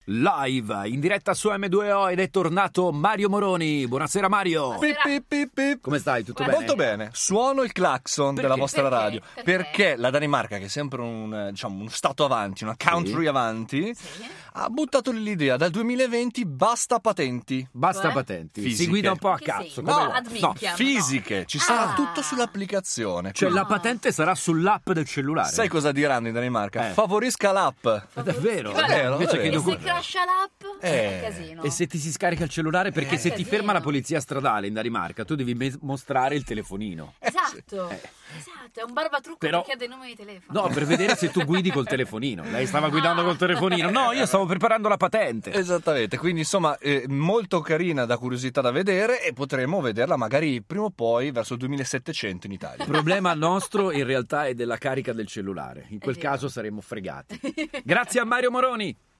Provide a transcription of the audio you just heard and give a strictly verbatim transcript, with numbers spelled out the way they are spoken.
Live, in diretta su emme due o ed è tornato Mario Moroni. Buonasera Mario. Pip, pip, pip, pip. Come stai? Tutto Molto bene? bene. Suono il clacson Perché? della vostra Perché? radio Perché? perché la Danimarca, che è sempre un, diciamo, uno stato avanti, una country Sì. avanti, Sì. ha buttato lì l'idea dal duemilaventi basta patenti. Basta Cioè? patenti. Fisiche. Si guida un po' a Che cazzo. sì? come No, no. ad No, minchia. Fisiche, ci Ah. sarà tutto sull'applicazione. cioè Quindi, la patente sarà sull'app del cellulare. sai cosa diranno in Danimarca? Eh. Favorisca l'app. È davvero? È vero, Invece è che i vero. E se documenti. crasha l'app? Eh. È casino. E se ti si scarica il cellulare, perché Eh, se ti casino. ferma la polizia stradale in Danimarca, tu devi me- mostrare il telefonino. Esatto. Eh. Esatto, è un barbatrucco Però- perché ha dei numeri di telefono. No, per vedere se tu guidi col telefonino. Lei stava guidando col telefonino. No, io stavo preparando la patente. Esattamente, quindi insomma eh, molto carina, da curiosità da vedere, e potremo vederla magari prima o poi verso il duemilasettecento in Italia. Il problema nostro in realtà è della carica del cellulare. In quel vero. caso saremmo fregati. Grazie a Mario Moroni.